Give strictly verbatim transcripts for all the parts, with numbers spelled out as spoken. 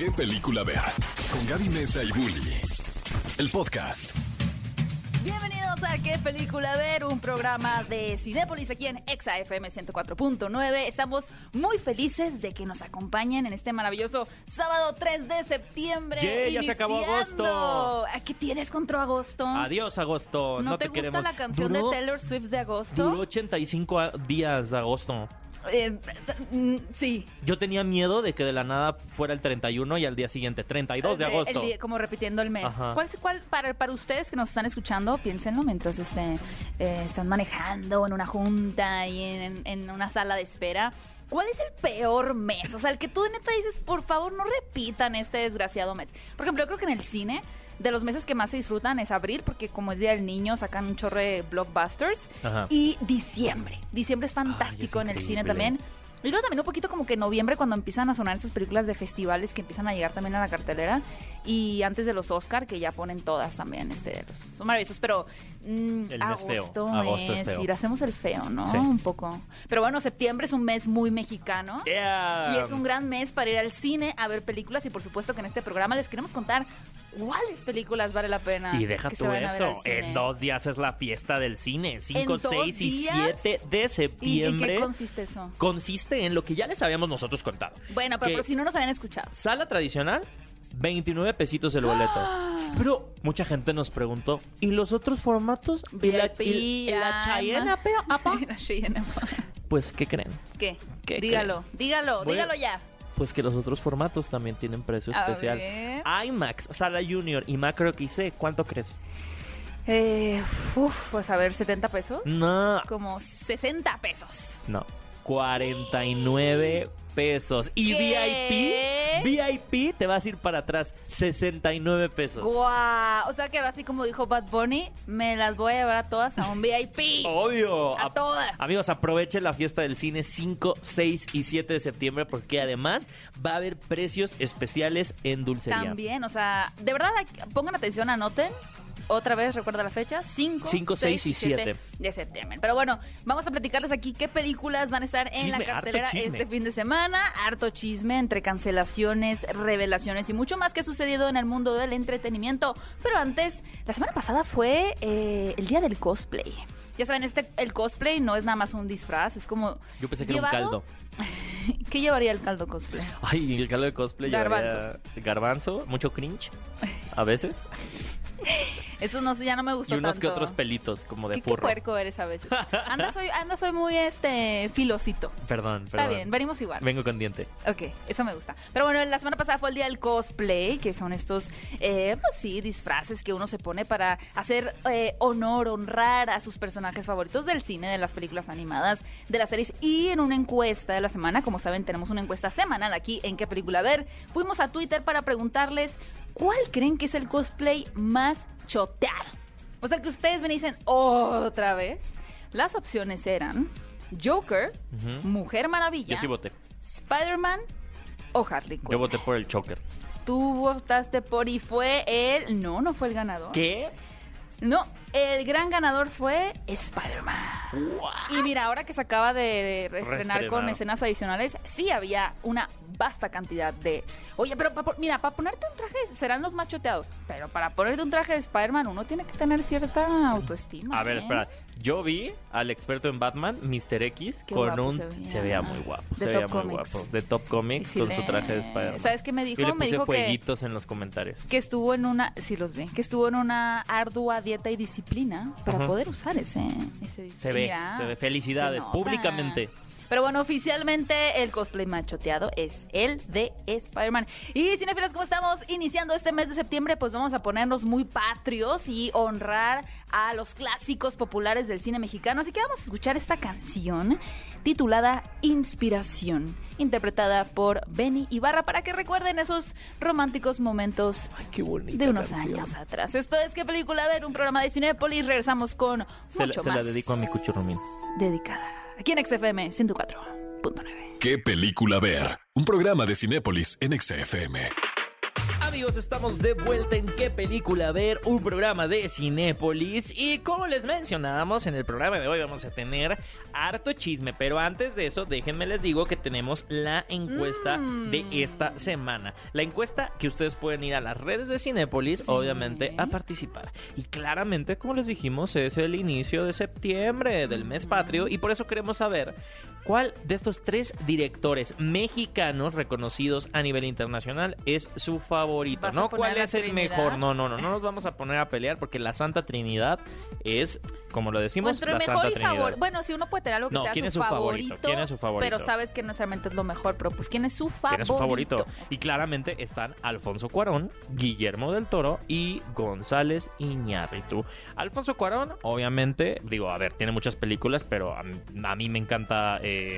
¿Qué película ver? Con Gaby Mesa y Bully. El podcast. Bienvenidos a ¿Qué película ver? Un programa de Cinépolis aquí en Exa F M ciento cuatro punto nueve. Estamos muy felices de que nos acompañen en este maravilloso sábado tres de septiembre. Yeah, ya se acabó agosto. ¿Qué tienes contra agosto? Adiós, agosto. ¿No, no te, te gusta queremos. la canción Duró- de Taylor Swift de agosto? Duró ochenta y cinco a- días agosto. Eh, mm, sí. Yo tenía miedo de que de la nada fuera el treinta y uno y al día siguiente, treinta y dos de El- agosto. el día- como repitiendo el mes. Ajá. ¿Cuál, cuál para, para ustedes que nos están escuchando, piénsenlo mientras este, eh, están manejando en una junta y en, en una sala de espera. ¿Cuál es el peor mes? O sea, el que tú neta dices, por favor, no repitan este desgraciado mes. Por ejemplo, yo creo que en el cine, de los meses que más se disfrutan es abril, porque como es Día del Niño, sacan un chorro de blockbusters. Ajá. Y diciembre. Diciembre es fantástico Ay, es en el cine increíble. también. Y luego también un poquito como que noviembre, cuando empiezan a sonar estas películas de festivales que empiezan a llegar también a la cartelera. Y antes de los Oscar, que ya ponen todas también. Este, los- son maravillosos, pero mm, El mes feo. agosto, Agosto es es, feo. sí, hacemos el feo, ¿no? Sí. Un poco. Pero bueno, septiembre es un mes muy mexicano. Yeah. Y es un gran mes para ir al cine a ver películas. Y por supuesto que en este programa les queremos contar cuáles películas vale la pena. Y deja que se tú vayan a ver eso, al cine. en dos días es la fiesta del cine, cinco, ¿En dos seis y días? siete de ¿Y en septiembre. qué consiste eso? Consiste en lo que ya les habíamos nosotros contado. Bueno, pero Que por si no nos habían escuchado. Sala tradicional, veintinueve pesitos el boleto. Pero mucha gente nos preguntó, ¿y los otros formatos? ¿Y la, y- y la ah, Cheyenne, ma- apa, apa? La Cheyenne, apa. Pues, ¿qué creen? ¿Qué? ¿Qué dígalo, dígalo, Voy a- dígalo ya. Pues que los otros formatos también tienen precio A especial. ver. IMAX, Sala Junior y Macro X C, ¿cuánto crees? Eh, uf, pues a ver, setenta pesos. No, Como sesenta pesos. no, cuarenta y nueve pesos. Y ¿Qué? V I P, V I P te vas a ir para atrás, sesenta y nueve pesos. Guau. O sea que ahora así como dijo Bad Bunny, me las voy a llevar a todas a un V I P. Obvio. A Ap- todas. Amigos, aprovechen la fiesta del cine cinco, seis y siete de septiembre porque además va a haber precios especiales en dulcería. También, o sea, de verdad, pongan atención, anoten. Otra vez, recuerda la fecha, cinco, Cinco, seis y siete de septiembre. Pero bueno, vamos a platicarles aquí qué películas van a estar en Chisme, la harto cartelera chisme. este fin de semana. Harto chisme entre cancelaciones, revelaciones y mucho más que ha sucedido en el mundo del entretenimiento. Pero antes, la semana pasada fue eh, el día del cosplay. Ya saben, este el cosplay no es nada más un disfraz, es como... Yo pensé que era un llevado- caldo. ¿Qué llevaría el caldo cosplay? Ay, el caldo de cosplay Garbanzo. llevaría garbanzo, mucho cringe, a veces. Eso no sé, ya no me gustó Y unos tanto. que otros pelitos, como de ¿Qué, qué furro. puerco eres a veces. Anda, soy, anda, soy muy este filosito. Perdón, Está perdón. bien, venimos igual. Vengo con diente. Ok, eso me gusta. Pero bueno, la semana pasada fue el día del cosplay, que son estos, eh, pues sí, disfraces que uno se pone para hacer eh, honor, honrar a sus personajes favoritos del cine, de las películas animadas, de las series. Y en una encuesta de la semana, como saben, tenemos una encuesta semanal aquí en ¿Qué película ver? Fuimos a Twitter para preguntarles cuál creen que es el cosplay más choteado. O sea, que ustedes ven y dicen, otra vez. Las opciones eran Joker, Ujú. Mujer Maravilla, Yo sí voté. Spider-Man o Harley Quinn. Yo voté por el Joker. Tú votaste por y fue el... No, no fue el ganador. ¿Qué? No, el gran ganador fue Spider-Man. Y mira, ahora que se acaba de, de reestrenar con Reestrenar. escenas adicionales, sí había una vasta cantidad de... Oye, pero pa- mira, para ponerte un traje serán los machoteados, pero para ponerte un traje de Spider-Man uno tiene que tener cierta autoestima. A ver, ¿eh? espera. Yo vi al experto en Batman, mister X, Qué con guapo un... se veía. Se veía muy guapo. De se veía Top muy Comics. guapo. De Top Y Comics, sí con le- su traje de Spider-Man. ¿Sabes qué me dijo? Yo le Me puse dijo que- fueguitos en los comentarios. Que estuvo en una, sí los vi, que estuvo en una ardua dieta y disciplina para Ajá. poder usar ese, ese Se ve, mira, se ve. Felicidades, se nota. públicamente. Pero bueno, oficialmente el cosplay machoteado es el de Spider-Man. Y cinéfilos, ¿cómo estamos iniciando este mes de septiembre? Pues vamos a ponernos muy patrios y honrar a los clásicos populares del cine mexicano. Así que vamos a escuchar esta canción titulada Inspiración, interpretada por Benny Ibarra, para que recuerden esos románticos momentos Ay, qué bonita de unos canción. años atrás. Esto es ¿Qué película ver? Un programa de Cinépolis. Regresamos con Se, mucho la, se más la dedico a mi cuchurrumín. dedicada aquí en X F M ciento cuatro punto nueve. ¿Qué película ver? Un programa de Cinépolis en Exa F M. amigos, estamos de vuelta en ¿Qué película ver? Un programa de Cinépolis. Y como les mencionábamos, en el programa de hoy vamos a tener harto chisme. Pero antes de eso, déjenme les digo que tenemos la encuesta mm. de esta semana. La encuesta que ustedes pueden ir a las redes de Cinépolis, sí. obviamente, a participar. Y claramente, como les dijimos, es el inicio de septiembre, del mes patrio. Y por eso queremos saber cuál de estos tres directores mexicanos reconocidos a nivel internacional es su favorito, ¿no? ¿Cuál es el Trinidad? Mejor? No, no, no, no nos vamos a poner a pelear porque la Santa Trinidad es, como lo decimos, Entre la mejor Santa y Trinidad. Favor... Bueno, si uno puede tener algo que no, sea ¿quién su, es su favorito, favorito? ¿Quién es su favorito? Pero sabes que no necesariamente es lo mejor, pero pues ¿quién es su favorito? ¿Quién es su favorito? Y claramente están Alfonso Cuarón, Guillermo del Toro y González Iñárritu. Alfonso Cuarón, obviamente, digo, a ver, tiene muchas películas, pero a mí, a mí me encanta eh,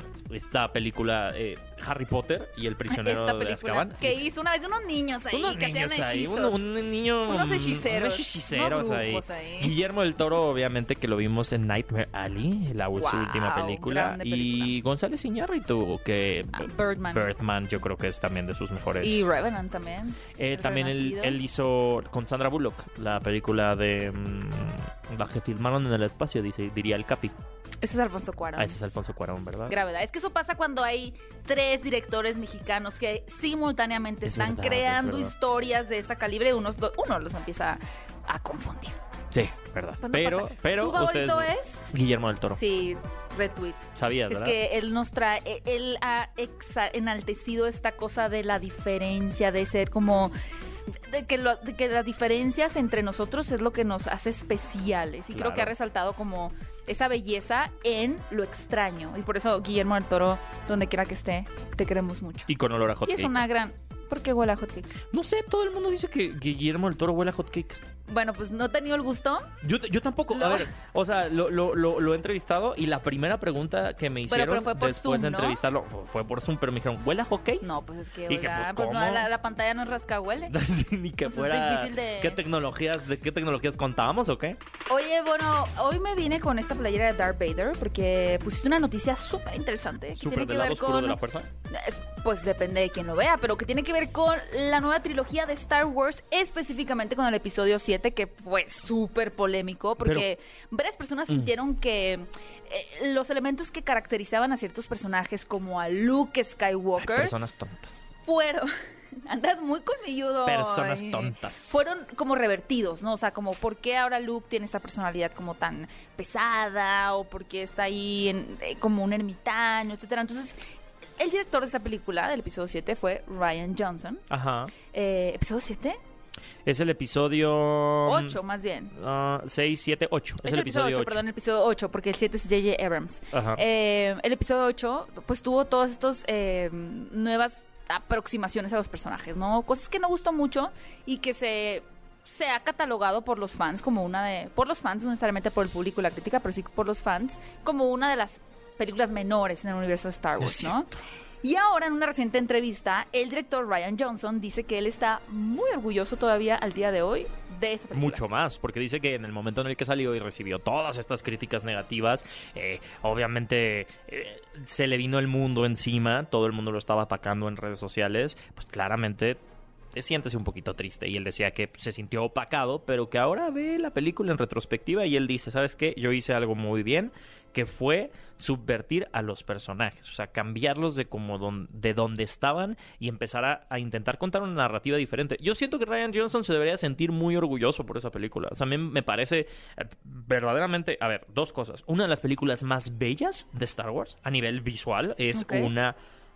esta película eh, Harry Potter y el prisionero esta de Azkaban. Que hizo una vez unos niños ahí, unos que niños hacían ahí, hechizos. un, un niño, unos hechiceros. Unos hechiceros unos ahí. ahí. Guillermo del Toro, obviamente, que lo vimos en Nightmare Alley, la wow, su última película. película. Y González Iñárritu, que ah, Birdman. Birdman, yo creo que es también de sus mejores. Y Revenant también. Eh, también él, él hizo con Sandra Bullock la película de mmm, la que filmaron en el espacio, dice, diría el Capi. Ese es Alfonso Cuarón. Ah, ese es Alfonso Cuarón, ¿verdad? Gravedad. Es que eso pasa cuando hay tres directores mexicanos que simultáneamente es están verdad, creando historias de esa calibre. Unos, uno los empieza a confundir. Sí, verdad. Pues no pero, pasa. pero ¿Tu favorito ustedes... es? Guillermo del Toro. Sí, retweet. Sabías, ¿verdad? Es que él nos trae, él ha exa- enaltecido esta cosa de la diferencia, de ser como... De que, lo, de que las diferencias entre nosotros es lo que nos hace especiales. Y claro. creo que ha resaltado como esa belleza en lo extraño. Y por eso, Guillermo del Toro, donde quiera que esté, te queremos mucho. Y con olor a hot Y cake. es una gran... ¿Por qué huele a hot cake? No sé, todo el mundo dice que Guillermo del Toro huele a hot cake. Bueno, pues no he tenido el gusto. Yo, yo tampoco, No. a ver, o sea, lo, lo, lo, lo he entrevistado y la primera pregunta que me hicieron pero fue por después Zoom, de ¿no? entrevistarlo fue por Zoom, pero me dijeron, ¿huele a hot cake? No, pues es que, Dije, oiga, pues, pues, no, ¿cómo? la, la pantalla no es rascahuele. Sí, ni que Pues es fuera... difícil de- ¿Qué tecnologías, de qué tecnologías contábamos o qué? Oye, bueno, hoy me vine con esta playera de Darth Vader porque pusiste una noticia súper interesante. que ¿Súper tiene que del lado ver oscuro con... de la fuerza? Es- Pues depende de quién lo vea, pero que tiene que ver con la nueva trilogía de Star Wars, específicamente con el episodio siete, que fue súper polémico, porque varias personas Mm. sintieron que eh, los elementos que caracterizaban a ciertos personajes, como a Luke Skywalker, Personas tontas. fueron... Andas muy colmilludo. Personas Ay. tontas. Fueron como revertidos, ¿no? O sea, como por qué ahora Luke tiene esta personalidad como tan pesada, o por qué está ahí en- eh, como un ermitaño, etcétera. Entonces, el director de esa película, del episodio siete, fue Rian Johnson. Ajá. Eh, ¿Episodio siete? Es el episodio... ocho, más bien. seis, siete, ocho. Es, Es el episodio ocho. perdón, el episodio ocho, porque el siete es J J Abrams. Ajá. Eh, el episodio ocho, pues tuvo todas estas eh, nuevas aproximaciones a los personajes, ¿no? Cosas que no gustó mucho y que se, se ha catalogado por los fans como una de... Por los fans, no necesariamente por el público y la crítica, pero sí por los fans, como una de las películas menores en el universo de Star Wars, Es ¿no? Y ahora, en una reciente entrevista, el director Rian Johnson dice que él está muy orgulloso todavía al día de hoy de esa película. Mucho más, porque dice que en el momento en el que salió y recibió todas estas críticas negativas, eh, obviamente eh, se le vino el mundo encima, todo el mundo lo estaba atacando en redes sociales, pues claramente te sientes un poquito triste. Y él decía que se sintió opacado, pero que ahora ve la película en retrospectiva y él dice, ¿sabes qué? Yo hice algo muy bien, que fue subvertir a los personajes, o sea, cambiarlos de como don, de donde estaban y empezar a, a intentar contar una narrativa diferente. Yo siento que Rian Johnson se debería sentir muy orgulloso por esa película. O sea, a mí me parece eh, verdaderamente, a ver, dos cosas. Una de las películas más bellas de Star Wars a nivel visual es Ok. una...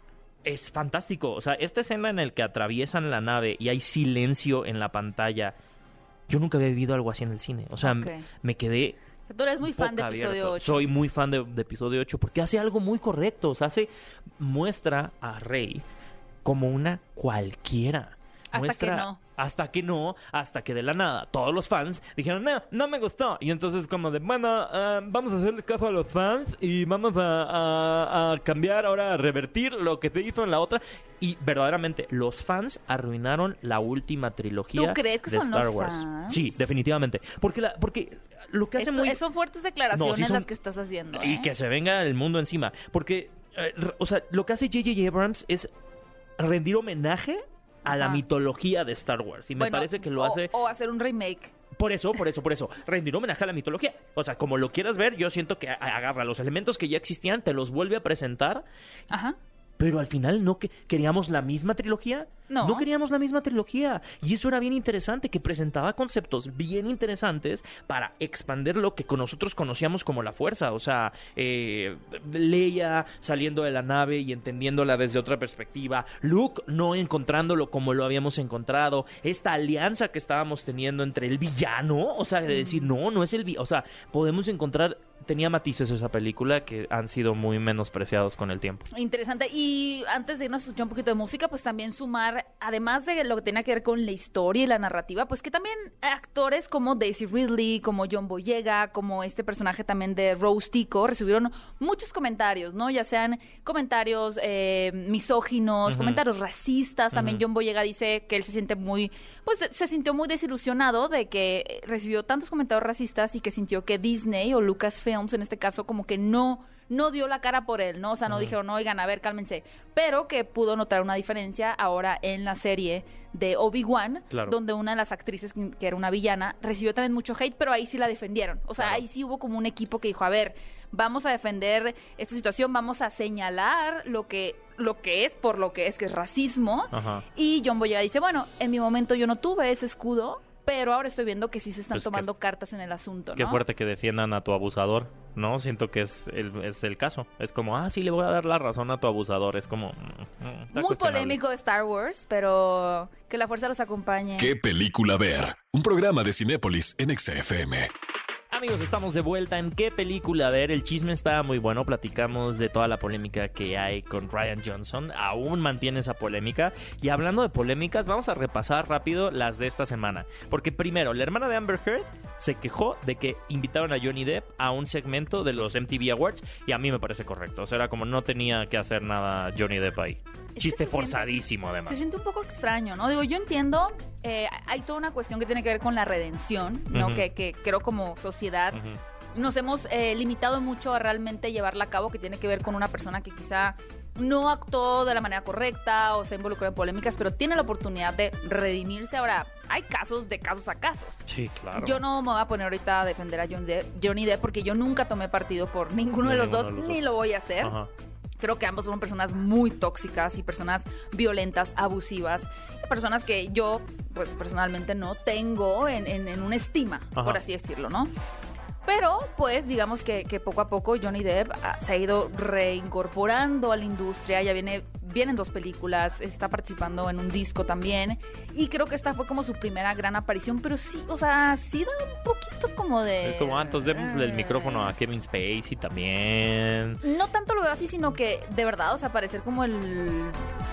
Es fantástico. O sea, esta escena en la que atraviesan la nave y hay silencio en la pantalla, yo nunca había vivido algo así en el cine. O sea, Ok. m- me quedé... Tú eres muy fan de boca episodio abierta. ocho. Soy muy fan de, de episodio ocho porque hace algo muy correcto. O sea, hace, muestra a Rey como una cualquiera. Hasta Muestra- que no. Hasta que no, hasta que de la nada todos los fans dijeron, no, no me gustó. Y entonces como de, bueno, ah, vamos a hacerle caso a los fans y vamos a, a- a cambiar ahora, a revertir lo que se hizo en la otra. Y verdaderamente, los fans arruinaron la última trilogía ¿Tú crees que de son Star los Wars. fans? Sí, definitivamente. Porque, la, porque lo que hace Esto- muy... Son fuertes declaraciones No, sí son- las que estás haciendo. Y ¿eh? que se venga el mundo encima. Porque, eh, r- o sea, lo que hace J J Abrams es rendir homenaje a la Ajá. mitología de Star Wars. Y me Bueno, parece que lo o, hace... O hacer un remake. Por eso, por eso, por eso, rendir homenaje a la mitología. O sea, como lo quieras ver, yo siento que agarra los elementos que ya existían, te los vuelve a presentar, Ajá. pero al final no que queríamos la misma trilogía. No. No queríamos la misma trilogía. Y eso era bien interesante, que presentaba conceptos bien interesantes para expandir lo que con nosotros conocíamos como la fuerza. O sea, eh, Leia saliendo de la nave y entendiéndola desde otra perspectiva. Luke no encontrándolo como lo habíamos encontrado. Esta alianza que estábamos teniendo entre el villano. O sea, de decir, no, no es el villano. O sea, podemos encontrar... Tenía matices esa película que han sido muy menospreciados con el tiempo. Interesante. Y antes de irnos a escuchar un poquito de música, pues también sumar, además de lo que tenía que ver con la historia y la narrativa, pues que también actores como Daisy Ridley, como John Boyega, como este personaje también de Rose Tico, recibieron muchos comentarios, ¿no? Ya sean comentarios eh, misóginos, Uh-huh. comentarios racistas. También Uh-huh. John Boyega dice que él se siente muy, pues se, se sintió muy desilusionado de que recibió tantos comentarios racistas y que sintió que Disney o Lucasfilm en este caso como que no no dio la cara por él, ¿no? O sea, no uh-huh. dijeron, no, oigan, a ver, cálmense. Pero que pudo notar una diferencia ahora en la serie de Obi-Wan, claro. donde una de las actrices, que era una villana, recibió también mucho hate, pero ahí sí la defendieron. O sea, claro. ahí sí hubo como un equipo que dijo, a ver, vamos a defender esta situación, vamos a señalar lo que lo que es por lo que es, que es racismo. Ajá. Y John Boyega dice, bueno, en mi momento yo no tuve ese escudo, pero ahora estoy viendo que sí se están pues tomando que, cartas en el asunto, ¿no? Qué fuerte que defiendan a tu abusador, ¿no? Siento que es el, es el caso. Es como, ah, sí, le voy a dar la razón a tu abusador. Es como... Mm, muy polémico de Star Wars, pero que la fuerza los acompañe. ¿Qué película ver? Un programa de Cinépolis en X F M. Amigos, estamos de vuelta en ¿Qué película ver? El chisme está muy bueno, platicamos de toda la polémica que hay con Rian Johnson, aún mantiene esa polémica, y hablando de polémicas, vamos a repasar rápido las de esta semana, porque primero, la hermana de Amber Heard se quejó de que invitaron a Johnny Depp a un segmento de los M T V Awards, y a mí me parece correcto, o sea, era como no tenía que hacer nada Johnny Depp ahí. Es Chiste forzadísimo, siente, además. Se siente un poco extraño, ¿no? Digo, yo entiendo, eh, hay toda una cuestión que tiene que ver con la redención, ¿no? Uh-huh. Que, que creo como sociedad uh-huh. nos hemos eh, limitado mucho a realmente llevarla a cabo, que tiene que ver con una persona que quizá no actuó de la manera correcta o se involucró en polémicas, pero tiene la oportunidad de redimirse. Ahora, hay casos de casos a casos. Sí, claro. Yo no me voy a poner ahorita a defender a Johnny Depp, Johnny Depp porque yo nunca tomé partido por ninguno de, de los dos, de los ni dos. Lo voy a hacer. Ajá. Creo que ambos son personas muy tóxicas y personas violentas, abusivas, personas que yo, pues personalmente no tengo en, en, en una estima, Ajá. por así decirlo, ¿no? Pero, pues, digamos que, que poco a poco Johnny Depp ah, se ha ido reincorporando a la industria, ya viene, vienen dos películas, está participando en un disco también, y creo que esta fue como su primera gran aparición, pero sí, o sea, sí da un poquito como de... Es como, antes démosle el micrófono a Kevin Spacey también. No tanto lo veo así, sino que, de verdad, o sea, parecer como el...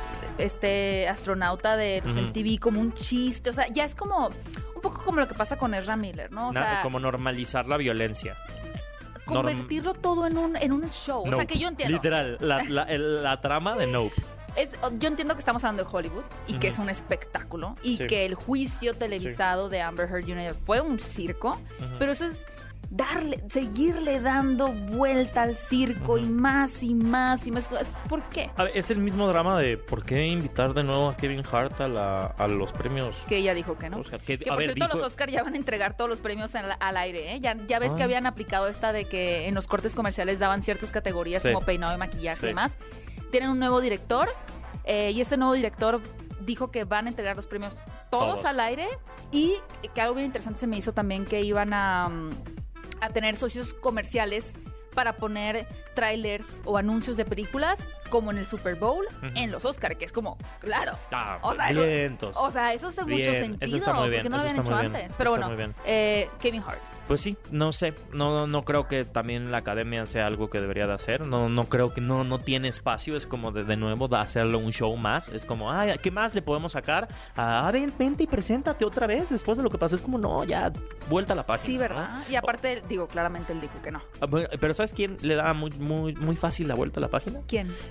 este astronauta de pues, uh-huh. M T V, como un chiste, o sea, ya es como... un poco como lo que pasa con Ezra Miller, ¿no? O sea, Na, como normalizar la violencia. Convertirlo Norm... todo en un, en un show. Nope. O sea, que yo entiendo. Literal, la, la, el, la trama de Nope. Es, yo entiendo que estamos hablando de Hollywood y uh-huh. que es un espectáculo y sí. que el juicio televisado sí. de Amber Heard junior fue un circo, uh-huh. pero eso es darle, seguirle dando vuelta al circo uh-huh. y más y más y más. ¿Por qué? A ver, es el mismo drama de ¿por qué invitar de nuevo a Kevin Hart a, la, a los premios? Que ella dijo que no. Oscar, que, que a por ver, cierto, dijo... los Oscar ya van a entregar todos los premios al, al aire, ¿eh? Ya, ya ves ah. que habían aplicado esta de que en los cortes comerciales daban ciertas categorías sí. como peinado y maquillaje sí. y demás. Tienen un nuevo director eh, y este nuevo director dijo que van a entregar los premios todos, todos al aire y que algo bien interesante se me hizo también que iban a... Um, a tener socios comerciales para poner trailers o anuncios de películas como en el Super Bowl, uh-huh. en los Oscar, que es como, claro. Ah, o, sea, eso, o sea, eso hace bien, mucho sentido, eso está muy bien, porque no lo habían hecho bien, antes. Pero bueno, eh, Kevin Hart. Pues sí, no sé, no no creo que también la academia sea algo que debería de hacer, no no creo que no no tiene espacio, es como de, de nuevo de hacerlo un show más, es como, ay, ¿qué más le podemos sacar? Ah, ven, vente y preséntate otra vez después de lo que pasó, es como, no, ya, vuelta a la página. Sí, ¿verdad? ¿no? Y aparte, oh. digo, claramente él dijo que no. Pero ¿sabes quién le da muy muy muy fácil la vuelta a la página? ¿Quién?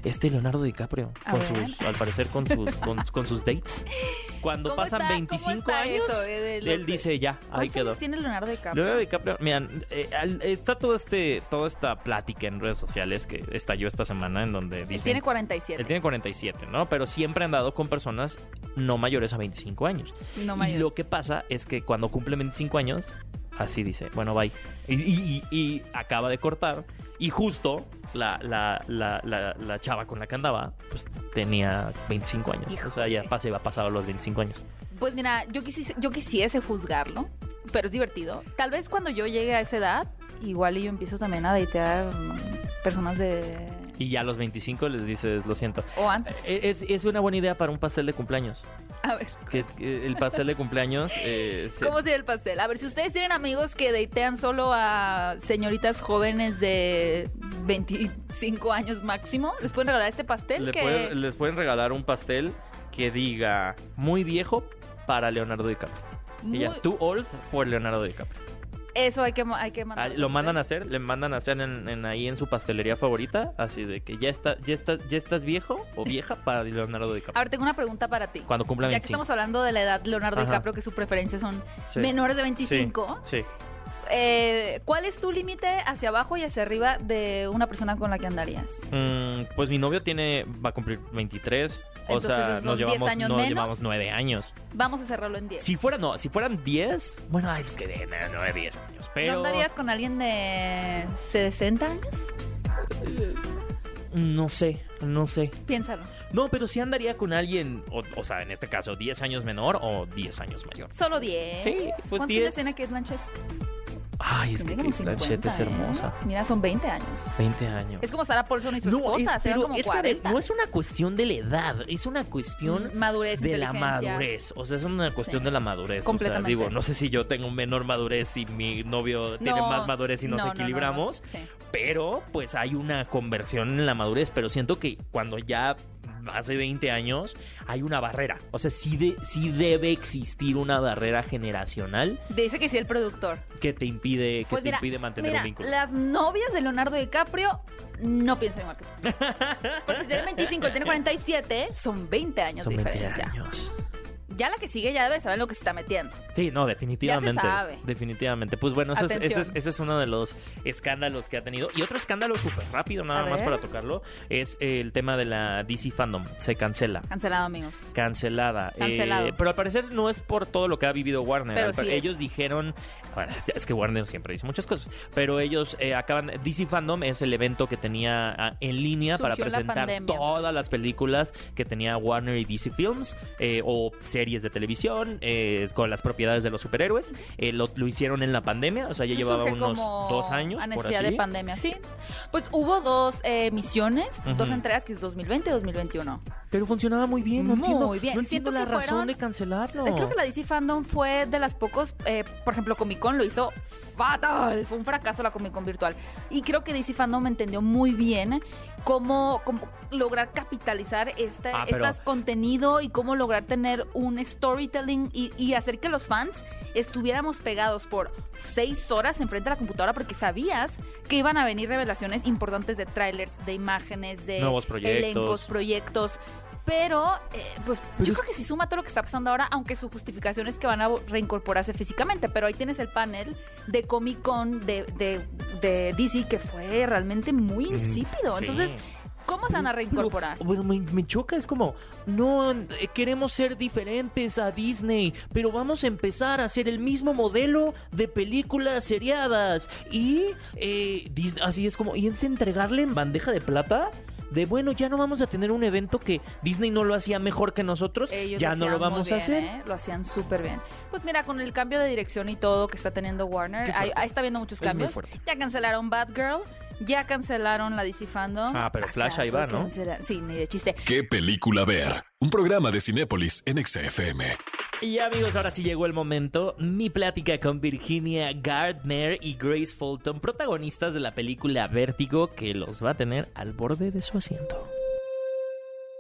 Este Leonardo DiCaprio, A con ver. sus, al parecer con sus, con, con sus dates. Cuando ¿Cómo pasan está- veinticinco cómo está años, eso, eh, de lo él que- dice ya, ahí ¿Cuántos quedó. años tiene Leonardo DiCaprio? Leonardo DiCaprio, miren, eh, al- está todo este, toda esta plática en redes sociales que estalló esta semana en donde Él dicen... tiene cuarenta y siete. Él tiene cuarenta y siete, ¿no? Pero siempre ha andado con personas no mayores a veinticinco años. No y mayores. lo que pasa es que cuando cumple veinticinco años, así dice, bueno, bye. Y, y- y- y acaba de cortar. Y justo la, la, la, la, la chava con la que andaba, pues tenía veinticinco años. O sea, ya Híjole. pase, va pasado los veinticinco años. Pues mira, yo, quisi- yo quisiese juzgarlo, pero es divertido. Tal vez cuando yo llegue a esa edad, igual y yo empiezo también a datear mm, personas de... Y ya a los veinticinco les dices, lo siento. O antes. Es, es una buena idea para un pastel de cumpleaños. A ver. Que, que el pastel de cumpleaños... eh, se- ¿Cómo sería el pastel? A ver, si ustedes tienen amigos que datean solo a señoritas jóvenes de veinticinco años máximo, ¿les pueden regalar este pastel? Le que... pueden- les pueden regalar un pastel que diga muy viejo para Leonardo DiCaprio. Muy- Y ya, too old for Leonardo DiCaprio. Eso hay que, hay que Ah, mandar. lo mandan a hacer, le mandan a hacer en, en ahí en su pastelería favorita, así de que ya está, ya está, ya estás viejo o vieja para Leonardo DiCaprio. Ahora tengo una pregunta para ti. Cuando cumpla Ya que veinticinco. estamos hablando de la edad de Leonardo Ajá. DiCaprio, que sus preferencias son Sí. menores de veinticinco, Sí. sí. eh, ¿cuál es tu límite hacia abajo y hacia arriba de una persona con la que andarías? Mm, pues mi novio tiene, va a cumplir veintitrés. O Entonces, sea, ¿son nos diez llevamos, años nos menos? llevamos nueve años. Vamos a cerrarlo en diez. Si fuera, no, si fueran diez, bueno, ay, es que de nueve, diez años. Pero ¿No andarías con alguien de sesenta años? no sé, no sé. Piénsalo. No, pero sí andaría con alguien, o, o sea, en este caso, diez años menor o diez años mayor. Solo diez. Sí, pues ¿Cuántos diez. años tiene Kate Blanchett? Ay, es que Tiene como Kate Blanchett es cincuenta, ¿eh? hermosa. Mira, son veinte años. veinte años. Es como Sarah Paulson y su esposa, es, se ven pero como es que, a ver, cuarenta. no es una cuestión de la edad, es una cuestión Mm, madurez, de la inteligencia. madurez. O sea, es una cuestión Sí. de la madurez. Completamente. O sea, digo, no sé si yo tengo menor madurez y mi novio tiene No, más madurez y nos no, no, no, equilibramos. no. Sí. Pero, pues hay una conversión en la madurez. Pero siento que cuando ya hace veinte años hay una barrera. O sea, sí, de, sí debe existir una barrera generacional Dice que sí el productor. que te impide, que Pues te mira, impide mantener mira, un vínculo. las novias de Leonardo DiCaprio no piensan igual que tú. Porque si tiene veinticinco y tiene cuarenta y siete, son veinte años Son de veinte diferencia. años. Ya la que sigue ya debe saber lo que se está metiendo. Sí, no, definitivamente. sabe. Definitivamente. Pues bueno, ese es, Atención. ese, es, ese es uno de los escándalos que ha tenido. Y otro escándalo súper rápido, nada A más ver. para tocarlo, es el tema de la D C Fandom. Se cancela. Cancelado, amigos. Cancelada. Cancelado. Eh, pero al parecer no es por todo lo que ha vivido Warner. Pero Al pa- sí es. ellos dijeron, bueno, es que Warner siempre dice muchas cosas, pero ellos eh, acaban, D C Fandom es el evento que tenía ah, en línea para Surgió la presentar pandemia. todas las películas que tenía Warner y D C Films, eh, o series de televisión eh, con las propiedades de los superhéroes. Eh, lo, lo hicieron en la pandemia, o sea, ya Eso llevaba surge unos como dos años a por necesidad así. de pandemia, sí. Pues hubo dos eh, misiones, Ujú. dos entregas, que es dos mil veinte y dos mil veintiuno. Pero funcionaba muy bien, no Muy entiendo, bien. no Siento entiendo la que razón fueron- de cancelarlo. Eh, Creo que la D C Fandom fue de las pocos, eh, por ejemplo, Comic Con lo hizo fatal, fue un fracaso la Comic Con virtual. Y creo que D C Fandom entendió muy bien cómo, cómo lograr capitalizar este Ah, pero- estas contenido y cómo lograr tener un storytelling y, y hacer que los fans estuviéramos pegados por seis horas enfrente de la computadora porque sabías que iban a venir revelaciones importantes de trailers, de imágenes, de Nuevos proyectos. elencos, proyectos. Pero, eh, pues Pero yo es- creo que si suma todo lo que está pasando ahora, aunque su justificación es que van a reincorporarse físicamente, pero ahí tienes el panel de Comic Con de, de, de D C que fue realmente muy insípido. Mm, sí. Entonces, ¿cómo se van a reincorporar? Pero, bueno, me, me choca, es como, no, eh, queremos ser diferentes a Disney, pero vamos a empezar a hacer el mismo modelo de películas seriadas. Y eh, Dis- así es como, y es entregarle en bandeja de plata. De bueno, ya no vamos a tener un evento que Disney no lo hacía mejor que nosotros, Ellos ya no hacían lo muy vamos bien, a hacer. ¿eh? Lo hacían súper bien. Pues mira, con el cambio de dirección y todo que está teniendo Warner, Qué ahí, fuerte. ahí está viendo muchos Es muy cambios. fuerte. Ya cancelaron Batgirl, ya cancelaron la D C Fandom. Ah, pero Flash ahí va, ¿no? cancela- Sí, ni de chiste. ¿Qué película ver? Un programa de Cinépolis en Exa F M. Y amigos, ahora sí llegó el momento. Mi plática con Virginia Gardner y Grace Fulton, protagonistas de la película Vértigo, que los va a tener al borde de su asiento.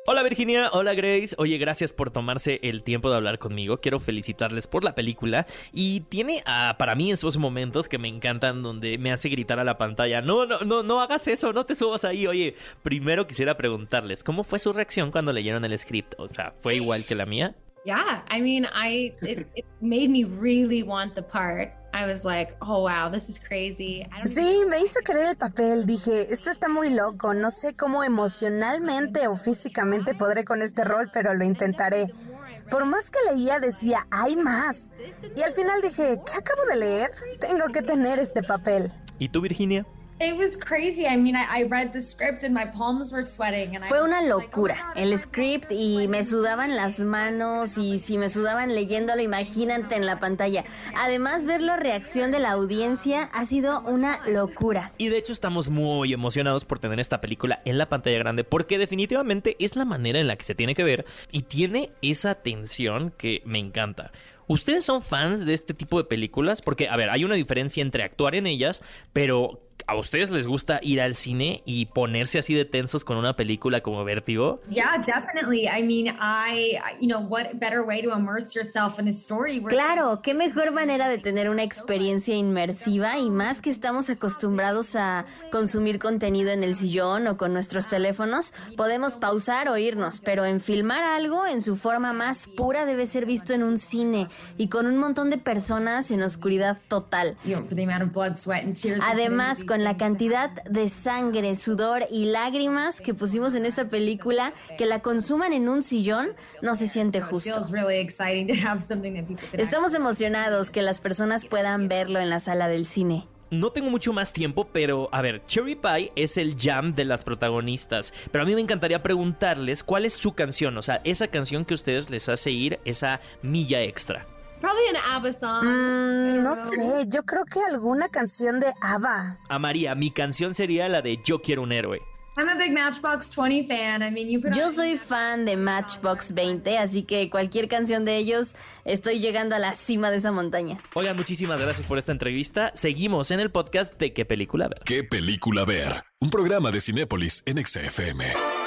Hola Virginia, hola Grace. Oye, gracias por tomarse el tiempo de hablar conmigo. Quiero felicitarles por la película. Y tiene uh, para mí esos momentos que me encantan donde me hace gritar a la pantalla. No, no, no, no hagas eso, no te subas ahí. Oye, primero quisiera preguntarles, ¿cómo fue su reacción cuando leyeron el script? O sea, ¿fue igual que la mía? Yeah, I mean, I it, it made me really want the part. I was like, oh wow, this is crazy. I don't Sí, me hizo querer el papel. Dije, esto está muy loco. No sé cómo emocionalmente o físicamente podré con este rol, pero lo intentaré. Por más que leía, decía, hay más. Y al final dije, ¿qué acabo de leer? Tengo que tener este papel. ¿Y tú, Virginia? It was crazy. I mean, I, I read the script and my palms were sweating. And Fue I una was like, locura. oh my God, El it's script y me sudaban las manos y si me sudaban leyéndolo, imagínate en la pantalla. Además, ver la reacción de la audiencia ha sido una locura. Y de hecho estamos muy emocionados por tener esta película en la pantalla grande porque definitivamente es la manera en la que se tiene que ver y tiene esa tensión que me encanta. ¿Ustedes son fans de este tipo de películas? Porque, a ver, hay una diferencia entre actuar en ellas, pero ¿a ustedes les gusta ir al cine y ponerse así de tensos con una película como Vértigo? Yeah, definitely. I mean, I, you know, what better way to immerse yourself in a story? where- Claro, qué mejor manera de tener una experiencia inmersiva y más que estamos acostumbrados a consumir contenido en el sillón o con nuestros teléfonos, podemos pausar o irnos, pero en filmar algo en su forma más pura debe ser visto en un cine y con un montón de personas en oscuridad total. You know, for the amount of blood, sweat, and tears. that put into Además, these con la things. cantidad de sangre, sudor y lágrimas que pusimos en esta película, que la consuman en un sillón no se siente So it justo. feels really exciting to have something that people can Estamos emocionados que las personas puedan verlo en la sala del cine. No tengo mucho más tiempo, pero a ver, Cherry Pie es el jam de las protagonistas. Pero a mí me encantaría preguntarles cuál es su canción, o sea, esa canción que a ustedes les hace ir esa milla extra. Probably an ABBA song. Mm, no sé, yo creo que alguna canción de ABBA. A María, mi canción sería la de Yo quiero un héroe. I'm a big Matchbox twenty fan. I mean, you put Yo on- soy fan de Matchbox veinte, así que cualquier canción de ellos estoy llegando a la cima de esa montaña. Oigan, muchísimas gracias por esta entrevista. Seguimos en el podcast de ¿Qué película ver? ¿Qué película ver? Un programa de Cinépolis en Exa F M.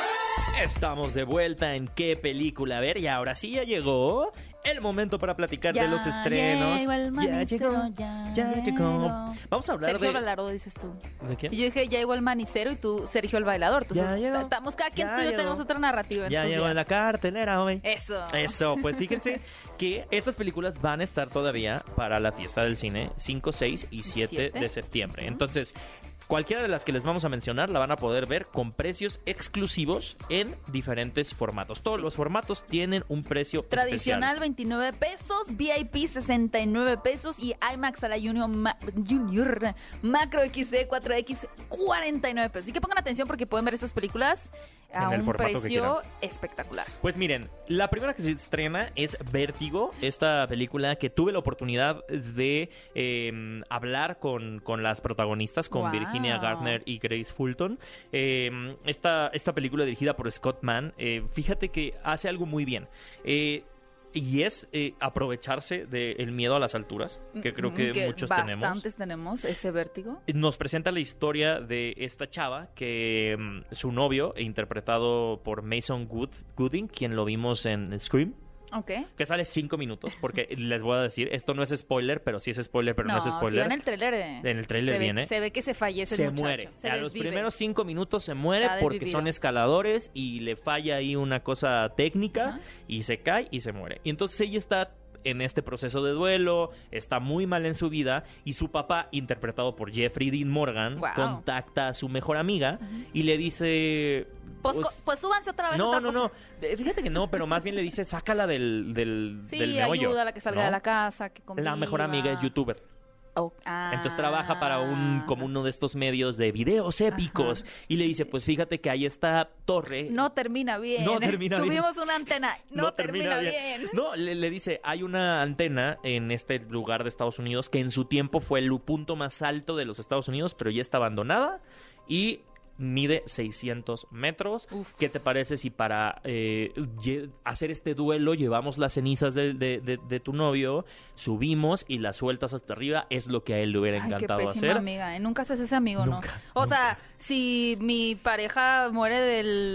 Estamos de vuelta en ¿Qué película ver? Y ahora sí ya llegó el momento para platicar de los estrenos. llegó el ya manicero, llegó, ya ya llegó. llegó. Vamos a hablar Sergio de... Balardo, dices tú. ¿De quién? Y yo dije, ya llegó el manicero y tú, Sergio el bailador. Entonces, Ya llegó. estamos, cada quien Ya tú y yo llegó. tenemos otra narrativa en Ya estos llegó en la días. cartelera, hombre. Eso. Eso, pues fíjense que estas películas van a estar todavía para la fiesta del cine cinco, seis y siete ¿Siete? de septiembre. Entonces, cualquiera de las que les vamos a mencionar la van a poder ver con precios exclusivos en diferentes formatos. Todos los formatos tienen un precio Tradicional especial. veintinueve pesos, V I P sesenta y nueve pesos y IMAX a la Junior, Ma- Junior Macro X D cuatro X cuarenta y nueve pesos. Así que pongan atención porque pueden ver estas películas a En el un formato que precio quieran. espectacular. Pues miren, la primera que se estrena es Vértigo, esta película que tuve la oportunidad de eh, hablar con, con las protagonistas, con Wow. Virginia Gardner y Grace Fulton. Eh, esta, esta película dirigida por Scott Mann, eh, fíjate que hace algo muy bien. Eh, y es eh, aprovecharse del miedo a las alturas, que creo que, Mm, muchos bastantes tenemos. tenemos ese vértigo. Nos presenta la historia de esta chava que mm, su novio, interpretado por Mason Good, Gooding, quien lo vimos en Scream, Ok. que sale cinco minutos, porque les voy a decir, esto no es spoiler, pero sí es spoiler, pero no, es si spoiler. ven el tráiler, eh, En el tráiler se ve- viene. Se ve que se fallece Se el muchacho. muere. Se a los desvive. primeros cinco minutos se muere Está porque desvivido. son escaladores y le falla ahí una cosa técnica Ajá. y se cae y se muere. Y entonces ella está en este proceso de duelo, está muy mal en su vida y su papá, interpretado por Jeffrey Dean Morgan, Wow. contacta a su mejor amiga y le dice... Pues, pues, co- pues súbanse otra vez. no, otra no, cosa. no. De- Fíjate que no, pero más bien le dice, sácala del, del, Sí, del meollo. ayuda a la que salga ¿no? de la casa, que conviva. La mejor amiga es youtuber. Oh, ah. Entonces trabaja para un como uno de estos medios de videos épicos y le dice, pues fíjate que hay esta torre. No termina bien. No termina bien. Tuvimos una antena. No, termina, bien. No, le, le dice, hay una antena en este lugar de Estados Unidos que en su tiempo fue el punto más alto de los Estados Unidos, pero ya está abandonada y mide seiscientos metros. Uf. ¿Qué te parece si para eh, lle- hacer este duelo llevamos las cenizas de, de- de- de tu novio, subimos y las sueltas hasta arriba? Es lo que a él le hubiera Ay, qué encantado pésima hacer. amiga, ¿eh? Nunca haces ese amigo, Nunca, ¿no? O sea, si mi pareja muere de la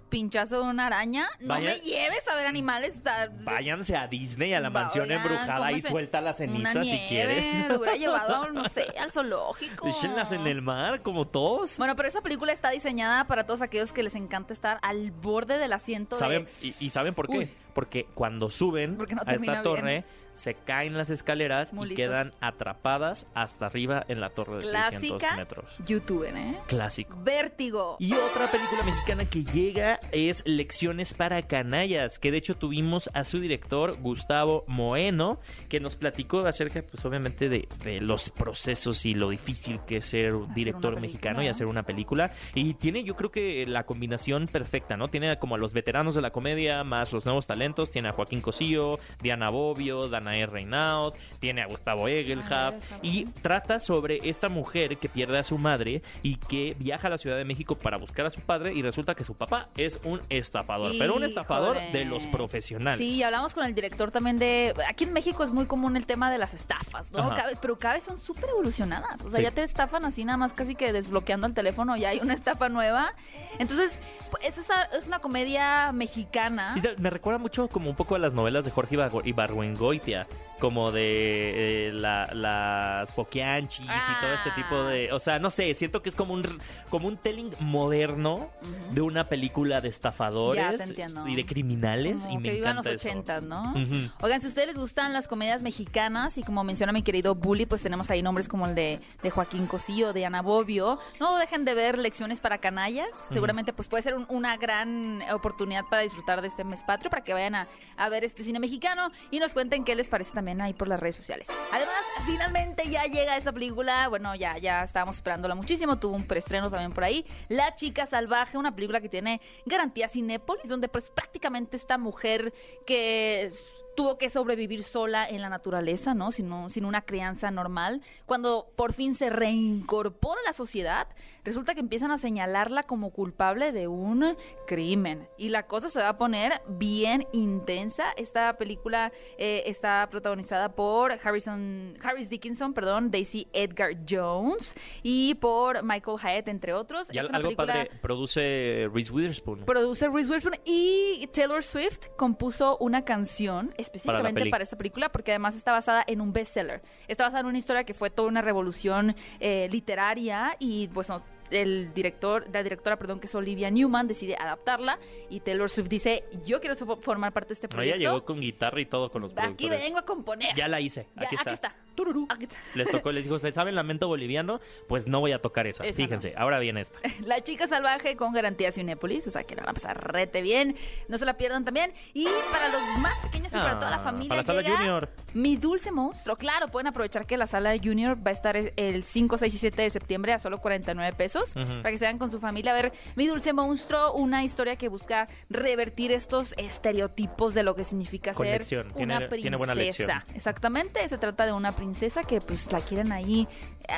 pinchazo de una araña. No Vaya- me lleves a ver animales. o sea, Váyanse a Disney, a la mansión Vayan, embrujada y cómese suelta las cenizas una si nieve, quieres. Lo hubiera llevado, no sé, al zoológico. Déjenlas en el mar, como todos. Bueno, pero esa película está diseñada para todos aquellos que les encanta estar al borde del asiento ¿Saben? de... Y, y ¿saben por qué? Uy. Porque cuando suben Porque no a termina esta torre, bien. se caen las escaleras Muy y listos. quedan atrapadas hasta arriba en la torre de seiscientos Clásica metros. YouTuber, ¿eh? Clásico. Vértigo. Y otra película mexicana que llega es Lecciones para Canallas, que de hecho tuvimos a su director, Gustavo Moeno, que nos platicó acerca, pues obviamente, de, de los procesos y lo difícil que es ser un Hacer director una mexicano película. y hacer una película. Y tiene, yo creo que la combinación perfecta, ¿no? Tiene como a los veteranos de la comedia, más los nuevos talentos. Tiene a Joaquín Cosío, Diana Bobbio, Danae Reynaud, tiene a Gustavo Egelhaf, Ah, Egelhaf, y sí. trata sobre esta mujer que pierde a su madre y que viaja a la Ciudad de México para buscar a su padre y resulta que su papá es un estafador, pero un estafador Híjole. de los profesionales. Sí, y hablamos con el director también de... Aquí en México es muy común el tema de las estafas, ¿no? Ajá. Cada vez- pero cada vez son súper evolucionadas. O sea, Sí. ya te estafan así nada más casi que desbloqueando el teléfono, ya hay una estafa nueva. Entonces, pues, es, esa- es una comedia mexicana. Y se- me recuerda mucho como un poco a las novelas de Jorge Ibargü- Ibargüengoitia, como de eh, la- las Poquianchis y todo este Ah. tipo de... O sea, no sé, siento que es como un, r- como un telling moderno de una película de estafadores Ya, te entiendo. y de criminales Como y me que vivan encanta los eso. ochentas, ¿no? Ujú. Oigan, si a ustedes les gustan las comedias mexicanas y como menciona mi querido Bully, pues tenemos ahí nombres como el de, de Joaquín Cosío, de Ana Bobbio. No dejen de ver Lecciones para Canallas. Seguramente pues puede ser un- una gran oportunidad para disfrutar de este mes patrio, para que vayan a, a ver este cine mexicano y nos cuenten qué les parece también ahí por las redes sociales. Además, finalmente ya llega esa película. Bueno, ya, ya estábamos esperándola muchísimo. Tuvo un preestreno también por ahí. La Chica Salvaje, una película que tiene garantía Cinépolis, donde pues prácticamente esta mujer que s- tuvo que sobrevivir sola en la naturaleza, ¿no? Sin, un- sin una crianza normal. Cuando por fin se reincorpora a la sociedad, resulta que empiezan a señalarla como culpable de un crimen. Y la cosa se va a poner bien intensa. Esta película eh, está protagonizada por Harrison, Harris Dickinson, perdón, Daisy Edgar Jones y por Michael Hyatt, entre otros. Y Es al- una algo película- padre, produce Reese Witherspoon. Produce Reese Witherspoon y Taylor Swift compuso una canción específicamente peli. para, esta película porque además está basada en un bestseller. Está basada en una historia que fue toda una revolución eh, literaria y pues no, el director, la directora, perdón, que es Olivia Newman, decide adaptarla y Taylor Swift dice, yo quiero so- formar parte de este No, proyecto. ella llegó con guitarra y todo con los Aquí productores. vengo a componer. Ya la hice. Ya, Aquí está. aquí está. Tururú. Aquí está. Les tocó, les dijo, ¿ustedes saben lamento boliviano? Pues no voy a tocar esa. Esa Fíjense, ahora viene esta. La Chica Salvaje con garantía Cinépolis, o sea que la van a pasar rete bien, no se la pierdan también. Y para los más pequeños y para Ah, toda la familia para la Sala llega Junior. Mi Dulce Monstruo. Claro, pueden aprovechar que la Sala Junior va a estar el cinco, seis y siete de septiembre a solo cuarenta y nueve pesos, Ujú. para que se vayan con su familia a ver Mi Dulce Monstruo, una historia que busca revertir estos estereotipos de lo que significa Con ser lección. una Tiene- princesa. tiene buena lección. Exactamente, se trata de una princesa que pues la quieren ahí eh,